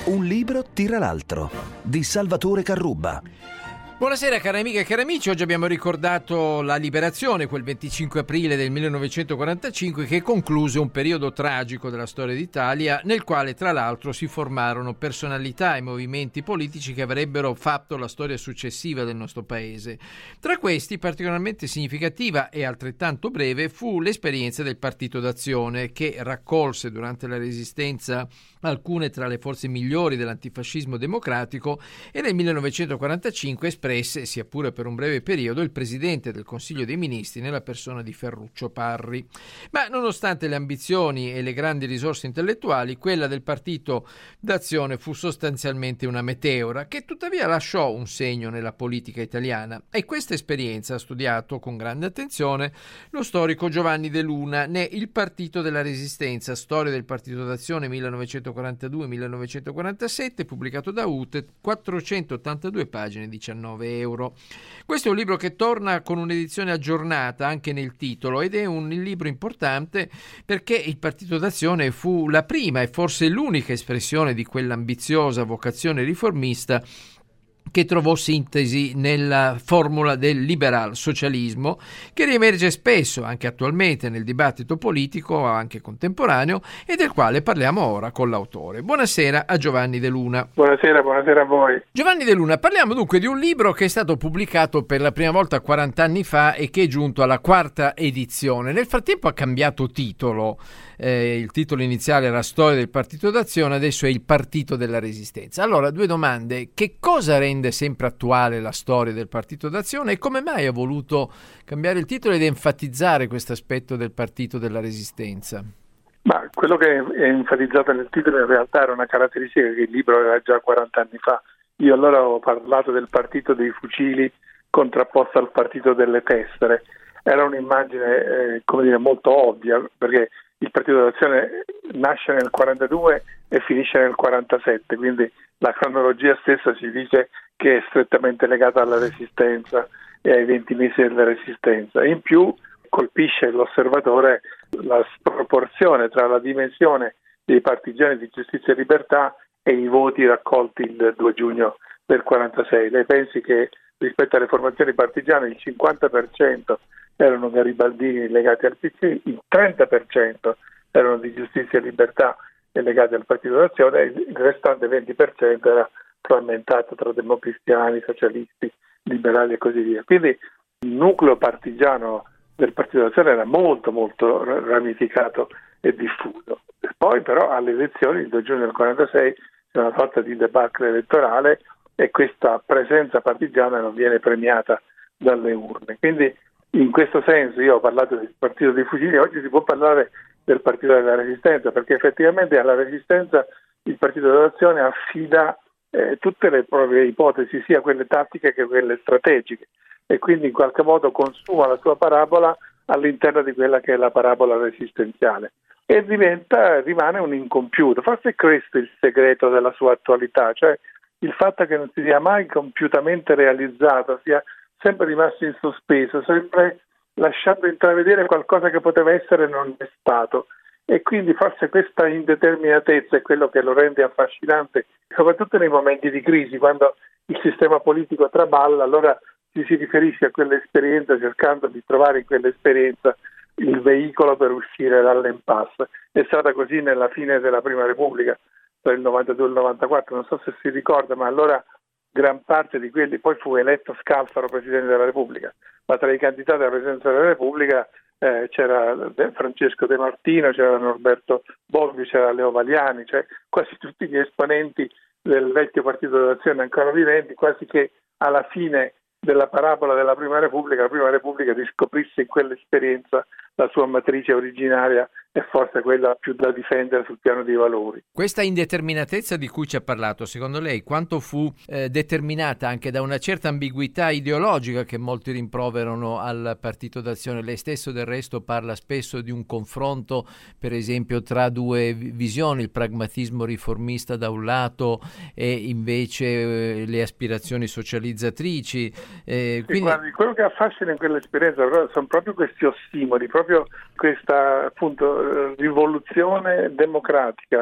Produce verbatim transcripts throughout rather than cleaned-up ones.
Un libro tira l'altro, di Salvatore Carrubba. Buonasera cari amiche e cari amici, oggi abbiamo ricordato la liberazione, quel venticinque aprile del millenovecentoquarantacinque, che concluse un periodo tragico della storia d'Italia, nel quale tra l'altro si formarono personalità e movimenti politici che avrebbero fatto la storia successiva del nostro paese. Tra questi, particolarmente significativa e altrettanto breve, fu l'esperienza del Partito d'Azione, che raccolse durante la Resistenza alcune tra le forze migliori dell'antifascismo democratico e nel millenovecentoquarantacinque espresse, sia pure per un breve periodo, il presidente del Consiglio dei Ministri nella persona di Ferruccio Parri. Ma nonostante le ambizioni e le grandi risorse intellettuali, quella del Partito d'Azione fu sostanzialmente una meteora che tuttavia lasciò un segno nella politica italiana, e questa esperienza ha studiato con grande attenzione lo storico Giovanni De Luna ne Il Partito della Resistenza, storia del Partito d'Azione millenovecentoquarantadue millenovecentoquarantasette, pubblicato da U T E, quattrocentottantadue pagine, diciannove euro. Questo è un libro che torna con un'edizione aggiornata anche nel titolo, ed è un libro importante perché il Partito d'Azione fu la prima e forse l'unica espressione di quell'ambiziosa vocazione riformista che trovò sintesi nella formula del liberal socialismo, che riemerge spesso anche attualmente nel dibattito politico anche contemporaneo, e del quale parliamo ora con l'autore. Buonasera a Giovanni De Luna. Buonasera, buonasera a voi. Giovanni De Luna, parliamo dunque di un libro che è stato pubblicato per la prima volta quaranta anni fa e che è giunto alla quarta edizione. Nel frattempo ha cambiato titolo. Eh, il titolo iniziale era Storia del Partito d'Azione, adesso è Il Partito della Resistenza. Allora, due domande: che cosa rende sempre attuale la storia del Partito d'Azione e come mai ha voluto cambiare il titolo ed enfatizzare questo aspetto del Partito della Resistenza? Ma quello che è enfatizzato nel titolo in realtà era una caratteristica che il libro aveva già quaranta anni fa. Io allora avevo parlato del partito dei fucili contrapposto al partito delle tessere. Era un'immagine eh, come dire, molto ovvia, perché il Partito d'Azione nasce nel quarantadue e finisce nel quarantasette, quindi la cronologia stessa ci dice che è strettamente legata alla Resistenza e ai venti mesi della Resistenza. In più colpisce l'osservatore la sproporzione tra la dimensione dei partigiani di Giustizia e Libertà e i voti raccolti il due giugno del quarantasei. Lei pensi che rispetto alle formazioni partigiane il cinquanta per cento erano garibaldini legati al P C, il trenta per cento erano di Giustizia e Libertà e legati al Partito d'Azione, e il restante venti per cento era frammentato tra democristiani, socialisti, liberali e così via. Quindi il nucleo partigiano del Partito d'Azione era molto molto ramificato e diffuso. E poi però alle elezioni, il due giugno del quarantasei, c'è una sorta di debacle elettorale e questa presenza partigiana non viene premiata dalle urne. Quindi in questo senso io ho parlato del Partito dei fucili, oggi si può parlare del Partito della Resistenza, perché effettivamente alla Resistenza il Partito dell'Azione affida eh, tutte le proprie ipotesi, sia quelle tattiche che quelle strategiche, e quindi in qualche modo consuma la sua parabola all'interno di quella che è la parabola resistenziale e diventa, rimane un incompiuto. Forse è questo il segreto della sua attualità, cioè il fatto che non si sia mai compiutamente realizzato, sia sempre rimasto in sospeso, sempre lasciando intravedere qualcosa che poteva essere e non è stato. E quindi forse questa indeterminatezza è quello che lo rende affascinante, soprattutto nei momenti di crisi, quando il sistema politico traballa. Allora ci si riferisce a quell'esperienza cercando di trovare in quell'esperienza il veicolo per uscire dall'impasse. È stata così nella fine della Prima Repubblica, tra il novantadue e il novantaquattro, non so se si ricorda, ma allora gran parte di quelli, poi fu eletto Scalfaro Presidente della Repubblica, ma tra i candidati alla Presidenza della Repubblica eh, c'era Francesco De Martino, c'era Norberto Bobbio, c'era Leo Valiani, cioè quasi tutti gli esponenti del vecchio Partito d'Azione ancora viventi, quasi che alla fine della parabola della Prima Repubblica, la Prima Repubblica riscoprisse in quell'esperienza la sua matrice originaria e forse quella più da difendere sul piano dei valori. Questa indeterminatezza di cui ci ha parlato, secondo lei quanto fu eh, determinata anche da una certa ambiguità ideologica che molti rimproverano al Partito d'Azione? Lei stesso del resto parla spesso di un confronto, per esempio, tra due visioni, il pragmatismo riformista da un lato e invece eh, le aspirazioni socializzatrici. Eh, sì, quindi... guardi, quello che affascina in quell'esperienza sono proprio questi ossimori, proprio questa appunto rivoluzione democratica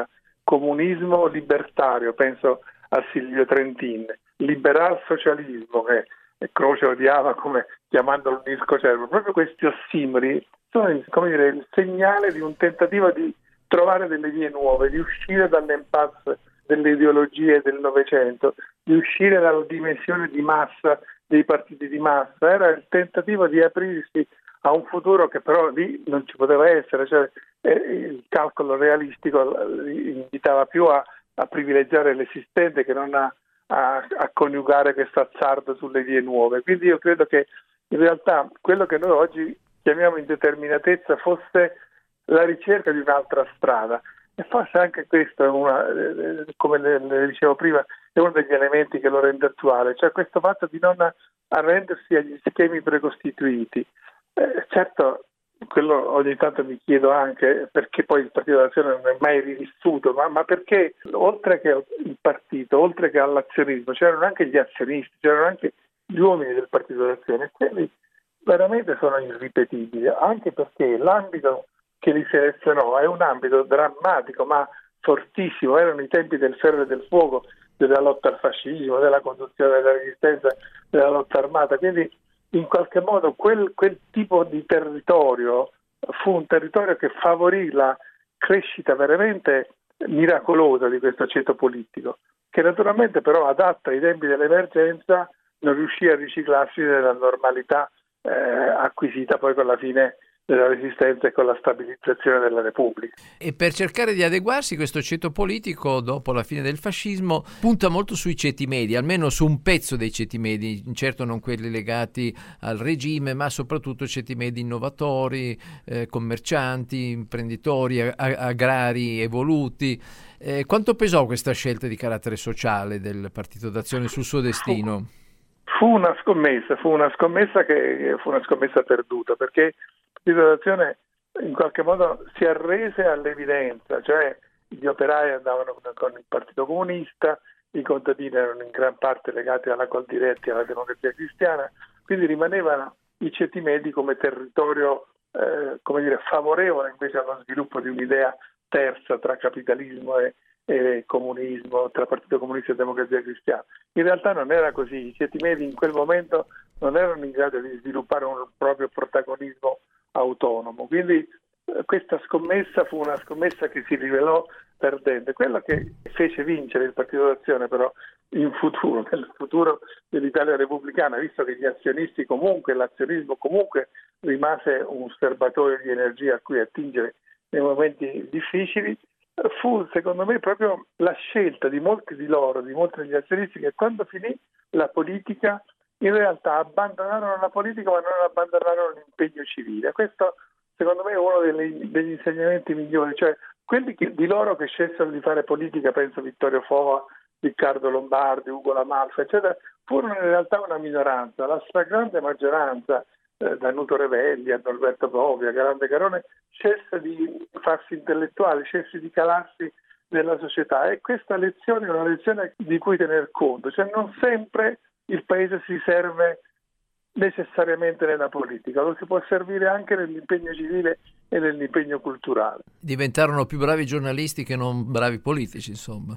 comunismo libertario, penso a Silvio Trentin, liberal socialismo che Croce odiava come chiamandolo un discocervo. Proprio questi ossimori sono, come dire, il segnale di un tentativo di trovare delle vie nuove, di uscire dall'impasse delle ideologie del Novecento, di uscire dalla dimensione di massa dei partiti di massa. Era il tentativo di aprirsi a un futuro che però lì non ci poteva essere, cioè eh, il calcolo realistico invitava più a, a privilegiare l'esistente che non a, a, a coniugare questo azzardo sulle vie nuove. Quindi io credo che in realtà quello che noi oggi chiamiamo indeterminatezza fosse la ricerca di un'altra strada, e forse anche questo è una, come le, le dicevo prima, è uno degli elementi che lo rende attuale, cioè questo fatto di non arrendersi agli schemi precostituiti. Eh, certo, quello ogni tanto mi chiedo anche perché poi il Partito d'Azione non è mai rivissuto, ma, ma perché oltre che il partito, oltre che all'azionismo, c'erano anche gli azionisti, c'erano anche gli uomini del Partito d'Azione, e quelli veramente sono irripetibili, anche perché l'ambito che li selezionò è un ambito drammatico ma fortissimo. Erano i tempi del ferro e del fuoco, della lotta al fascismo, della conduzione della resistenza, della lotta armata, quindi in qualche modo quel, quel tipo di territorio fu un territorio che favorì la crescita veramente miracolosa di questo ceto politico, che naturalmente però adatta ai tempi dell'emergenza non riuscì a riciclarsi nella normalità eh, acquisita poi con la fine della resistenza e con la stabilizzazione della Repubblica. E per cercare di adeguarsi, questo ceto politico, dopo la fine del fascismo, punta molto sui ceti medi, almeno su un pezzo dei ceti medi, certo non quelli legati al regime, ma soprattutto ceti medi innovatori, eh, commercianti, imprenditori, a- agrari evoluti. Eh, quanto pesò questa scelta di carattere sociale del Partito d'Azione sul suo destino? Fu una scommessa, fu una scommessa che fu una scommessa perduta, perché il Partito d'Azione in qualche modo si arrese all'evidenza, cioè gli operai andavano con il Partito Comunista, i contadini erano in gran parte legati alla Coldiretti, alla Democrazia Cristiana, quindi rimanevano i ceti medi come territorio eh, come dire, favorevole invece allo sviluppo di un'idea terza tra capitalismo e, e comunismo, tra Partito Comunista e Democrazia Cristiana. In realtà non era così, i ceti medi in quel momento non erano in grado di sviluppare un proprio protagonismo autonomo, quindi eh, questa scommessa fu una scommessa che si rivelò perdente. Quello che fece vincere il Partito d'Azione però in futuro, nel futuro dell'Italia repubblicana, visto che gli azionisti comunque, l'azionismo comunque rimase un serbatoio di energia a cui attingere nei momenti difficili, fu secondo me proprio la scelta di molti di loro, di molti degli azionisti, che quando finì la politica in realtà abbandonarono la politica ma non abbandonarono l'impegno civile. Questo secondo me è uno degli, degli insegnamenti migliori, cioè quelli che, di loro che scelsero di fare politica, penso Vittorio Fova, Riccardo Lombardi, Ugo La Malfa, eccetera, furono in realtà una minoranza. La stragrande maggioranza, eh, da Nuto Revelli a Norberto Bovi, a Grande Carone, scelse di farsi intellettuali, scelse di calarsi nella società, e questa lezione è una lezione di cui tener conto, cioè non sempre il paese si serve necessariamente nella politica, lo si può servire anche nell'impegno civile e nell'impegno culturale. Diventarono più bravi giornalisti che non bravi politici, insomma.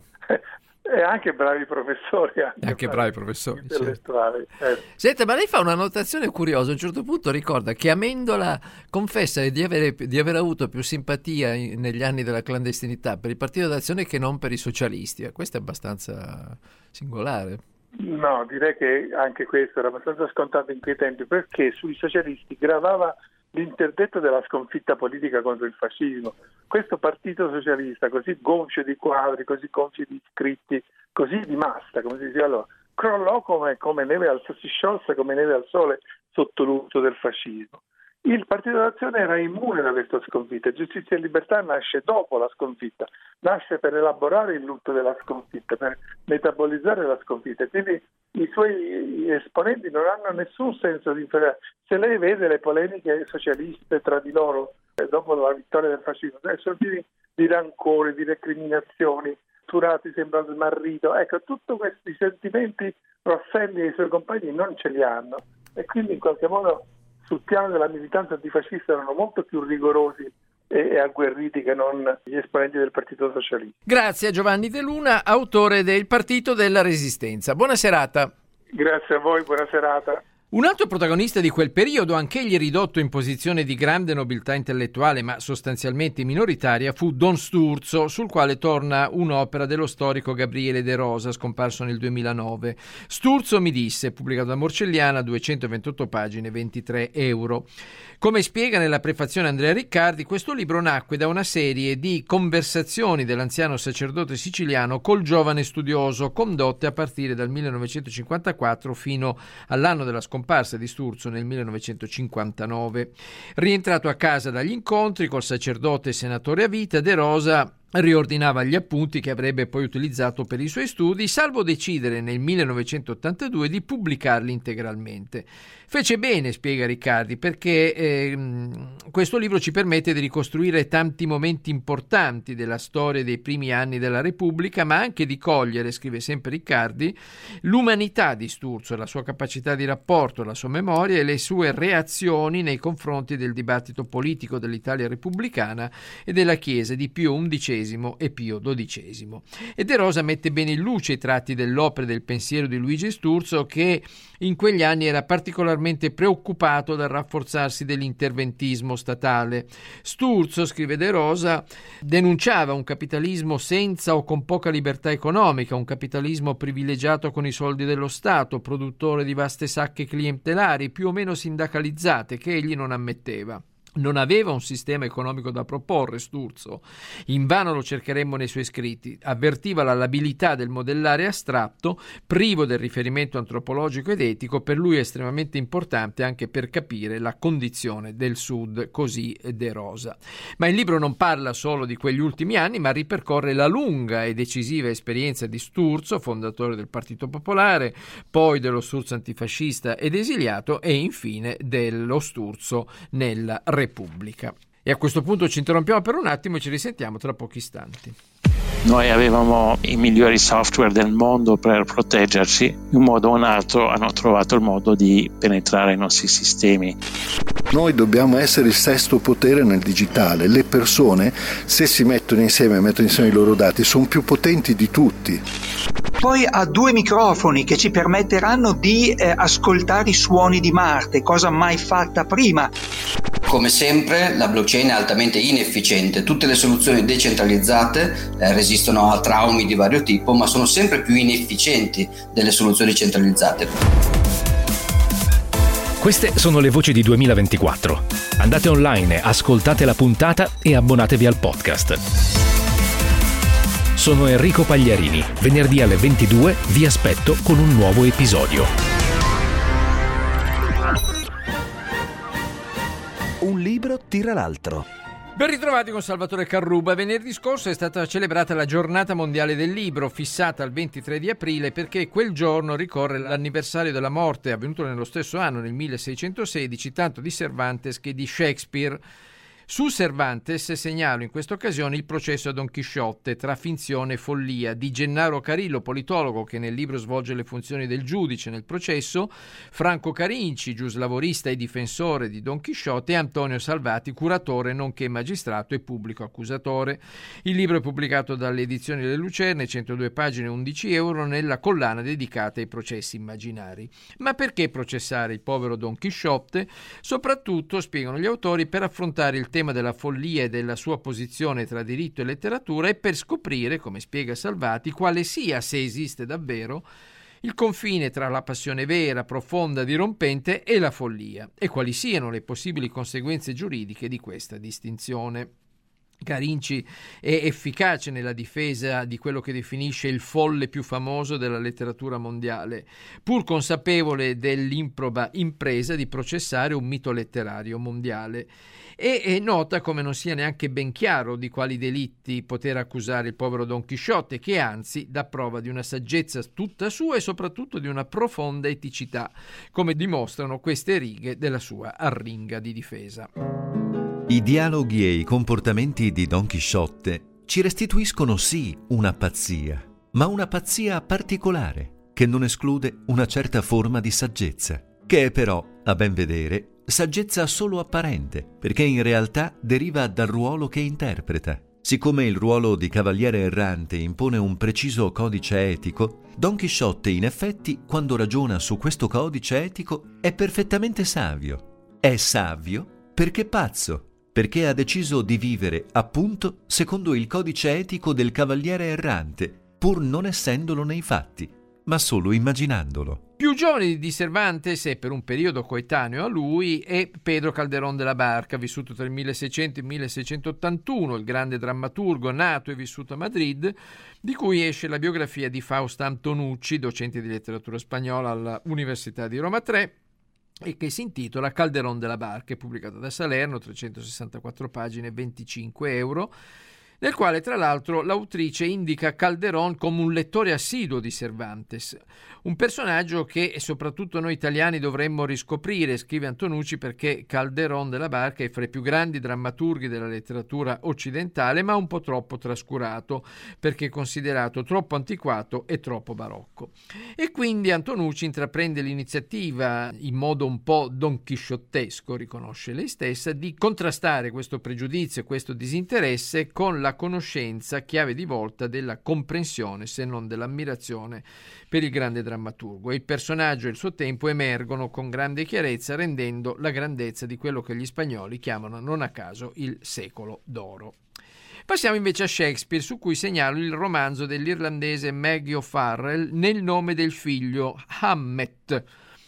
E anche bravi professori. Anche, anche bravi, bravi professori. Intellettuali. Certo. Eh. Senta, ma lei fa una notazione curiosa. A un certo punto ricorda che Amendola confessa di avere, di aver avuto più simpatia in, negli anni della clandestinità per il Partito d'Azione che non per i socialisti. Questo è abbastanza singolare. No, direi che anche questo era abbastanza scontato in quei tempi, perché sui socialisti gravava l'interdetto della sconfitta politica contro il fascismo. Questo partito socialista, così gonfio di quadri, così gonfio di iscritti, così di massa, come si diceva allora, crollò come, come neve al si sciolse come neve al sole sotto l'urto del fascismo. Il Partito d'Azione era immune da questa sconfitta. Giustizia e Libertà nasce dopo la sconfitta, nasce per elaborare il lutto della sconfitta, per metabolizzare la sconfitta. Quindi i suoi esponenti non hanno nessun senso di inferiorità. Se lei vede le polemiche socialiste tra di loro eh, dopo la vittoria del fascismo, eh, sono pieni di rancore, di recriminazioni, Turati sembra smarrito. Ecco, tutti questi sentimenti Rosselli e i suoi compagni non ce li hanno, e quindi in qualche modo sul piano della militanza antifascista erano molto più rigorosi e agguerriti che non gli esponenti del Partito Socialista. Grazie a Giovanni De Luna, autore del Partito della Resistenza. Buona serata. Grazie a voi, buona serata. Un altro protagonista di quel periodo, anch'egli ridotto in posizione di grande nobiltà intellettuale ma sostanzialmente minoritaria, fu Don Sturzo, sul quale torna un'opera dello storico Gabriele De Rosa, scomparso nel duemilanove. Sturzo mi disse, pubblicato da Morcelliana, duecentoventotto pagine, ventitré euro. Come spiega nella prefazione Andrea Riccardi, questo libro nacque da una serie di conversazioni dell'anziano sacerdote siciliano col giovane studioso, condotte a partire dal millenovecentocinquantaquattro fino all'anno della scomparsa di Sturzo nel millenovecentocinquantanove. Rientrato a casa dagli incontri col sacerdote senatore a vita, De Rosa riordinava gli appunti che avrebbe poi utilizzato per i suoi studi, salvo decidere nel millenovecentottantadue di pubblicarli integralmente. Fece bene, spiega Riccardi, perché eh, questo libro ci permette di ricostruire tanti momenti importanti della storia dei primi anni della Repubblica, ma anche di cogliere, scrive sempre Riccardi, l'umanità di Sturzo, la sua capacità di rapporto, la sua memoria e le sue reazioni nei confronti del dibattito politico dell'Italia repubblicana e della Chiesa di Pio undicesimo e Pio dodicesimo. E De Rosa mette bene in luce i tratti dell'opera e del pensiero di Luigi Sturzo, che in quegli anni era particolarmente preoccupato dal rafforzarsi dell'interventismo statale. Sturzo, scrive De Rosa, denunciava un capitalismo senza o con poca libertà economica, un capitalismo privilegiato con i soldi dello Stato, produttore di vaste sacche clientelari, più o meno sindacalizzate, che egli non ammetteva. Non aveva un sistema economico da proporre Sturzo. Invano lo cercheremmo nei suoi scritti. Avvertiva la labilità del modellare astratto, privo del riferimento antropologico ed etico, per lui estremamente importante anche per capire la condizione del Sud, così De Rosa. Ma il libro non parla solo di quegli ultimi anni, ma ripercorre la lunga e decisiva esperienza di Sturzo, fondatore del Partito Popolare, poi dello Sturzo antifascista ed esiliato e infine dello Sturzo nella Repubblica. E a questo punto ci interrompiamo per un attimo e ci risentiamo tra pochi istanti. Noi avevamo i migliori software del mondo per proteggerci, in un modo o un altro hanno trovato il modo di penetrare i nostri sistemi. Noi dobbiamo essere il sesto potere nel digitale. Le persone, se si mettono insieme e mettono insieme i loro dati, sono più potenti di tutti. Poi ha due microfoni che ci permetteranno di eh, ascoltare i suoni di Marte, cosa mai fatta prima. Come sempre la blockchain è altamente inefficiente, tutte le soluzioni decentralizzate eh, resistono a traumi di vario tipo, ma sono sempre più inefficienti delle soluzioni centralizzate. Queste sono le voci di duemilaventiquattro. Andate online, ascoltate la puntata e abbonatevi al podcast. Sono Enrico Pagliarini. Venerdì alle ventidue vi aspetto con un nuovo episodio. Un libro tira l'altro. Ben ritrovati con Salvatore Carruba. Venerdì scorso è stata celebrata la Giornata Mondiale del Libro, fissata al ventitré di aprile, perché quel giorno ricorre l'anniversario della morte, avvenuto nello stesso anno, nel milleseicentosedici, tanto di Cervantes che di Shakespeare. Su Cervantes segnalo in questa occasione il processo a Don Chisciotte tra finzione e follia di Gennaro Carillo, politologo che nel libro svolge le funzioni del giudice nel processo, Franco Carinci, giuslavorista e difensore di Don Chisciotte, e Antonio Salvati, curatore nonché magistrato e pubblico accusatore. Il libro è pubblicato dalle edizioni delle Lucerne, centodue pagine, undici euro, nella collana dedicata ai processi immaginari. Ma perché processare il povero Don Chisciotte? Soprattutto, spiegano gli autori, per affrontare il tema della follia e della sua posizione tra diritto e letteratura e per scoprire, come spiega Salvati, quale sia, se esiste davvero, il confine tra la passione vera, profonda, dirompente e la follia, e quali siano le possibili conseguenze giuridiche di questa distinzione. Carinci è efficace nella difesa di quello che definisce il folle più famoso della letteratura mondiale, pur consapevole dell'improba impresa di processare un mito letterario mondiale, e, e nota come non sia neanche ben chiaro di quali delitti poter accusare il povero Don Chisciotte, che anzi dà prova di una saggezza tutta sua e soprattutto di una profonda eticità, come dimostrano queste righe della sua arringa di difesa. I dialoghi e i comportamenti di Don Chisciotte ci restituiscono sì una pazzia, ma una pazzia particolare, che non esclude una certa forma di saggezza, che è però, a ben vedere, saggezza solo apparente, perché in realtà deriva dal ruolo che interpreta. Siccome il ruolo di cavaliere errante impone un preciso codice etico, Don Chisciotte in effetti, quando ragiona su questo codice etico, è perfettamente savio. È savio perché pazzo, perché ha deciso di vivere, appunto, secondo il codice etico del cavaliere errante, pur non essendolo nei fatti, ma solo immaginandolo. Più giovane di Cervantes e per un periodo coetaneo a lui è Pedro Calderón de la Barca, vissuto tra il milleseicento e il milleseicentottantuno, il grande drammaturgo nato e vissuto a Madrid, di cui esce la biografia di Fausta Antonucci, docente di letteratura spagnola all'Università di Roma tre, e che si intitola Calderón de la Barca, è pubblicata da Salerno, trecentosessantaquattro pagine, venticinque euro, nel quale tra l'altro l'autrice indica Calderón come un lettore assiduo di Cervantes, un personaggio che soprattutto noi italiani dovremmo riscoprire, scrive Antonucci, perché Calderón de la Barca è fra i più grandi drammaturghi della letteratura occidentale, ma un po' troppo trascurato, perché considerato troppo antiquato e troppo barocco. E quindi Antonucci intraprende l'iniziativa, in modo un po' donchisciottesco, riconosce lei stessa, di contrastare questo pregiudizio e questo disinteresse con la conoscenza chiave di volta della comprensione, se non dell'ammirazione per il grande drammaturgo. E il personaggio e il suo tempo emergono con grande chiarezza, rendendo la grandezza di quello che gli spagnoli chiamano non a caso il secolo d'oro. Passiamo invece a Shakespeare, su cui segnalo il romanzo dell'irlandese Maggie O'Farrell, Nel nome del figlio, Hammet,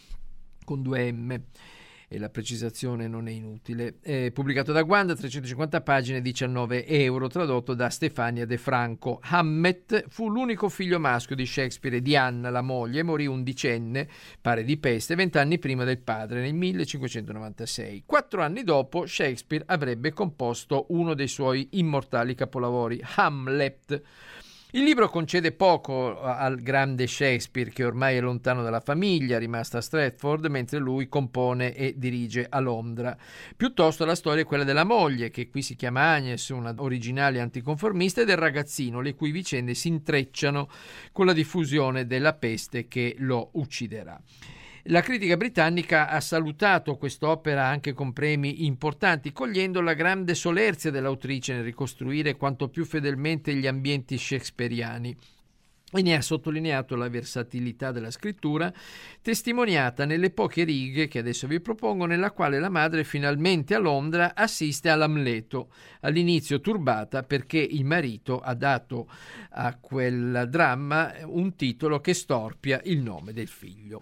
con due M. E la precisazione non è inutile. È pubblicato da Guanda, trecentocinquanta pagine, diciannove euro, tradotto da Stefania De Franco. Hammet fu l'unico figlio maschio di Shakespeare e di Anna, la moglie, e morì undicenne, pare di peste, vent'anni prima del padre, nel millecinquecentonovantasei. Quattro anni dopo Shakespeare avrebbe composto uno dei suoi immortali capolavori, Hamlet. Il libro concede poco al grande Shakespeare, che ormai è lontano dalla famiglia, rimasta a Stratford, mentre lui compone e dirige a Londra. Piuttosto la storia è quella della moglie, che qui si chiama Agnes, una originale anticonformista, e del ragazzino, le cui vicende si intrecciano con la diffusione della peste che lo ucciderà. La critica britannica ha salutato quest'opera anche con premi importanti, cogliendo la grande solerzia dell'autrice nel ricostruire quanto più fedelmente gli ambienti shakespeariani, e ne ha sottolineato la versatilità della scrittura, testimoniata nelle poche righe che adesso vi propongo, nella quale la madre finalmente a Londra assiste all'Amleto, all'inizio turbata perché il marito ha dato a quel dramma un titolo che storpia il nome del figlio.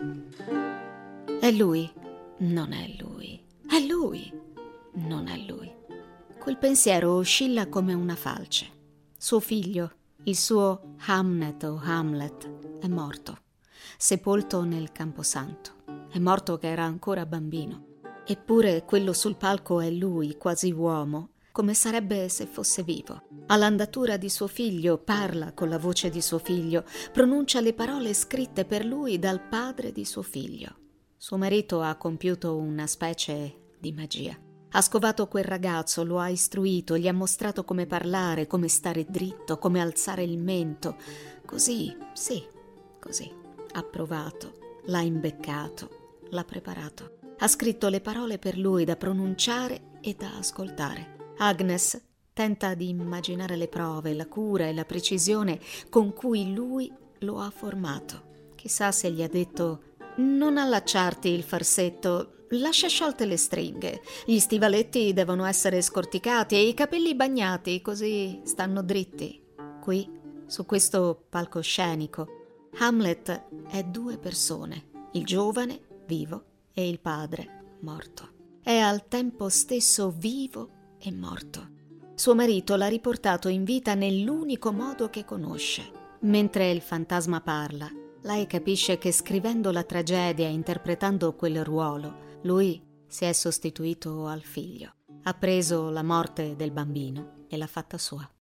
È lui? Non è lui. È lui? Non è lui. Quel pensiero oscilla come una falce. Suo figlio, il suo Hamnet o Hamlet, è morto, sepolto nel Camposanto. È morto che era ancora bambino. Eppure quello sul palco è lui, quasi uomo, come sarebbe se fosse vivo. All'andatura di suo figlio, parla con la voce di suo figlio, pronuncia le parole scritte per lui dal padre di suo figlio. Suo marito ha compiuto una specie di magia. Ha scovato quel ragazzo, lo ha istruito, gli ha mostrato come parlare, come stare dritto, come alzare il mento. Così, sì, così. Ha provato, l'ha imbeccato, l'ha preparato. Ha scritto le parole per lui da pronunciare e da ascoltare. Agnes tenta di immaginare le prove, la cura e la precisione con cui lui lo ha formato. Chissà se gli ha detto: non allacciarti il farsetto, lascia sciolte le stringhe, gli stivaletti devono essere scorticati e i capelli bagnati, così stanno dritti. Qui, su questo palcoscenico, Hamlet è due persone, il giovane, vivo, e il padre, morto. È al tempo stesso vivo e morto. Suo marito l'ha riportato in vita nell'unico modo che conosce. Mentre il fantasma parla, lei capisce che scrivendo la tragedia e interpretando quel ruolo, lui si è sostituito al figlio. Ha preso la morte del bambino e l'ha fatta sua.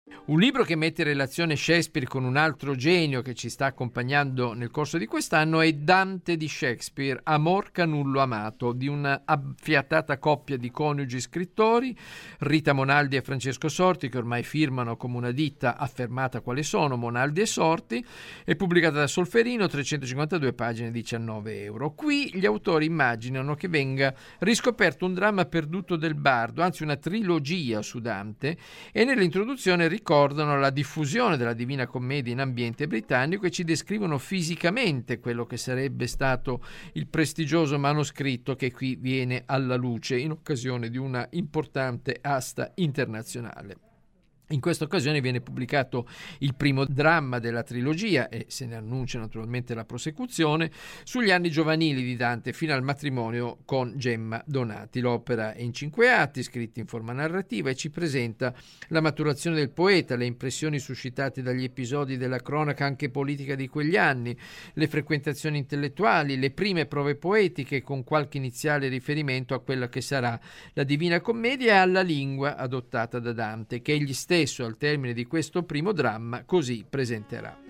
Un libro che mette in relazione Shakespeare con un altro genio che ci sta accompagnando nel corso di quest'anno è Dante di Shakespeare, Amor canullo amato, di una affiatata coppia di coniugi scrittori, Rita Monaldi e Francesco Sorti, che ormai firmano come una ditta affermata quale sono, Monaldi e Sorti, è pubblicata da Solferino, trecentocinquantadue pagine, diciannove euro. Qui gli autori immaginano che venga riscoperto un dramma perduto del bardo, anzi una trilogia su Dante, e nell'introduzione ricordano la diffusione della Divina Commedia in ambiente britannico e ci descrivono fisicamente quello che sarebbe stato il prestigioso manoscritto che qui viene alla luce in occasione di una importante asta internazionale. In questa occasione viene pubblicato il primo dramma della trilogia e se ne annuncia naturalmente la prosecuzione sugli anni giovanili di Dante fino al matrimonio con Gemma Donati. L'opera è in cinque atti, scritta in forma narrativa, e ci presenta la maturazione del poeta, le impressioni suscitate dagli episodi della cronaca anche politica di quegli anni, le frequentazioni intellettuali, le prime prove poetiche con qualche iniziale riferimento a quella che sarà la Divina Commedia e alla lingua adottata da Dante, che egli stesso al termine di questo primo dramma così presenterà.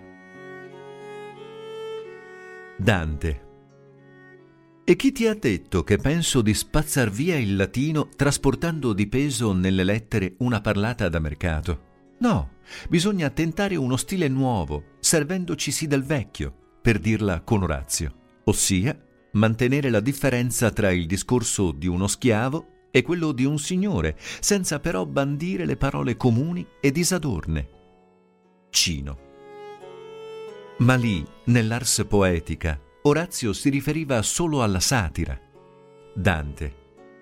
Dante. E chi ti ha detto che penso di spazzar via il latino trasportando di peso nelle lettere una parlata da mercato? No, bisogna tentare uno stile nuovo, servendocisi del vecchio, per dirla con Orazio, ossia mantenere la differenza tra il discorso di uno schiavo e quello di un signore, senza però bandire le parole comuni e disadorne. Cino. Ma lì, nell'Ars Poetica, Orazio si riferiva solo alla satira. Dante.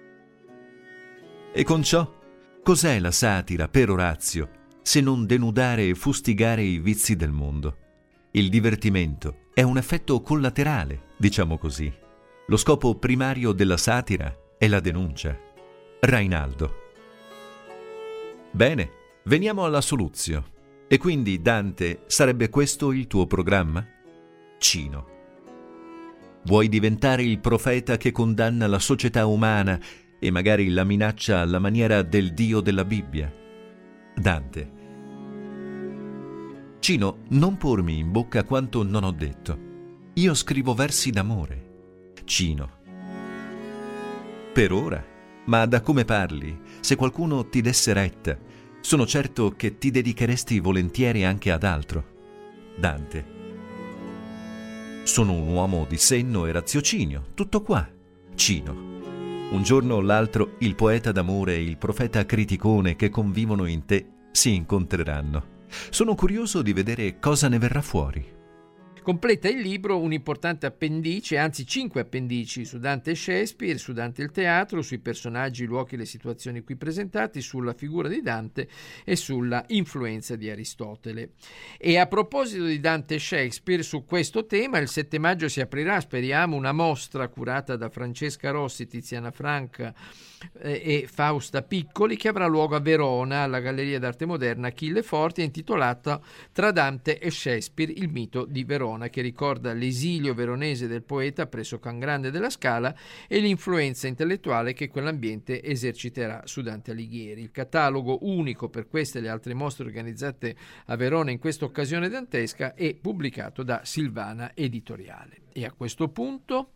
E con ciò, cos'è la satira per Orazio, se non denudare e fustigare i vizi del mondo? Il divertimento è un effetto collaterale, diciamo così. Lo scopo primario della satira è la denuncia. Rainaldo. Bene, veniamo alla soluzio. E quindi, Dante, sarebbe questo il tuo programma? Cino. Vuoi diventare il profeta che condanna la società umana e magari la minaccia alla maniera del Dio della Bibbia? Dante. Cino, non pormi in bocca quanto non ho detto. Io scrivo versi d'amore. Cino. Per ora? Ma da come parli, se qualcuno ti desse retta, sono certo che ti dedicheresti volentieri anche ad altro. Dante. Sono un uomo di senno e raziocinio, tutto qua. Cino. Un giorno o l'altro il poeta d'amore e il profeta criticone che convivono in te si incontreranno. Sono curioso di vedere cosa ne verrà fuori. Completa il libro un'importante appendice, anzi cinque appendici su Dante e Shakespeare, su Dante e il teatro, sui personaggi, i luoghi e le situazioni qui presentati, sulla figura di Dante e sulla influenza di Aristotele. E a proposito di Dante e Shakespeare, su questo tema il sette maggio si aprirà, speriamo, una mostra curata da Francesca Rossi, Tiziana Franca eh, e Fausta Piccoli, che avrà luogo a Verona, alla Galleria d'Arte Moderna Achille Forti, intitolata Tra Dante e Shakespeare, il mito di Verona, che ricorda l'esilio veronese del poeta presso Can Grande della Scala e l'influenza intellettuale che quell'ambiente eserciterà su Dante Alighieri. Il catalogo unico per queste e le altre mostre organizzate a Verona in questa occasione dantesca è pubblicato da Silvana Editoriale. E a questo punto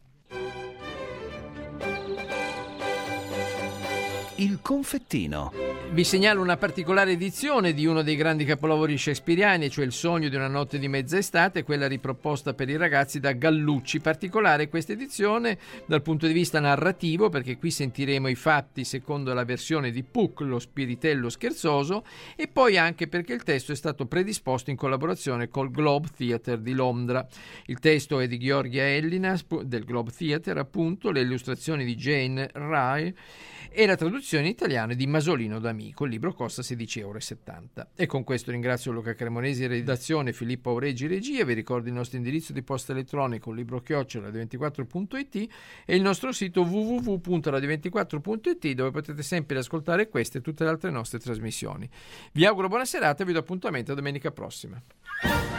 il confettino. Vi segnalo una particolare edizione di uno dei grandi capolavori shakespeariani, cioè Il sogno di una notte di mezza estate, quella riproposta per i ragazzi da Gallucci. Particolare questa edizione dal punto di vista narrativo, perché qui sentiremo i fatti secondo la versione di Puck, lo spiritello scherzoso, e poi anche perché il testo è stato predisposto in collaborazione col Globe Theatre di Londra. Il testo è di Gheorghe Ellina del Globe Theatre, appunto, le illustrazioni di Jane Rai e la traduzione in italiano di Masolino D'Amico. Il libro costa sedici virgola settanta euro. E con questo ringrazio Luca Cremonesi, redazione, Filippo Aureggi, regia. Vi ricordo il nostro indirizzo di posta elettronico, libro chiocciola radio ventiquattro punto it, e il nostro sito w w w punto radio ventiquattro punto it, dove potete sempre ascoltare queste e tutte le altre nostre trasmissioni. Vi auguro buona serata e vi do appuntamento a domenica prossima.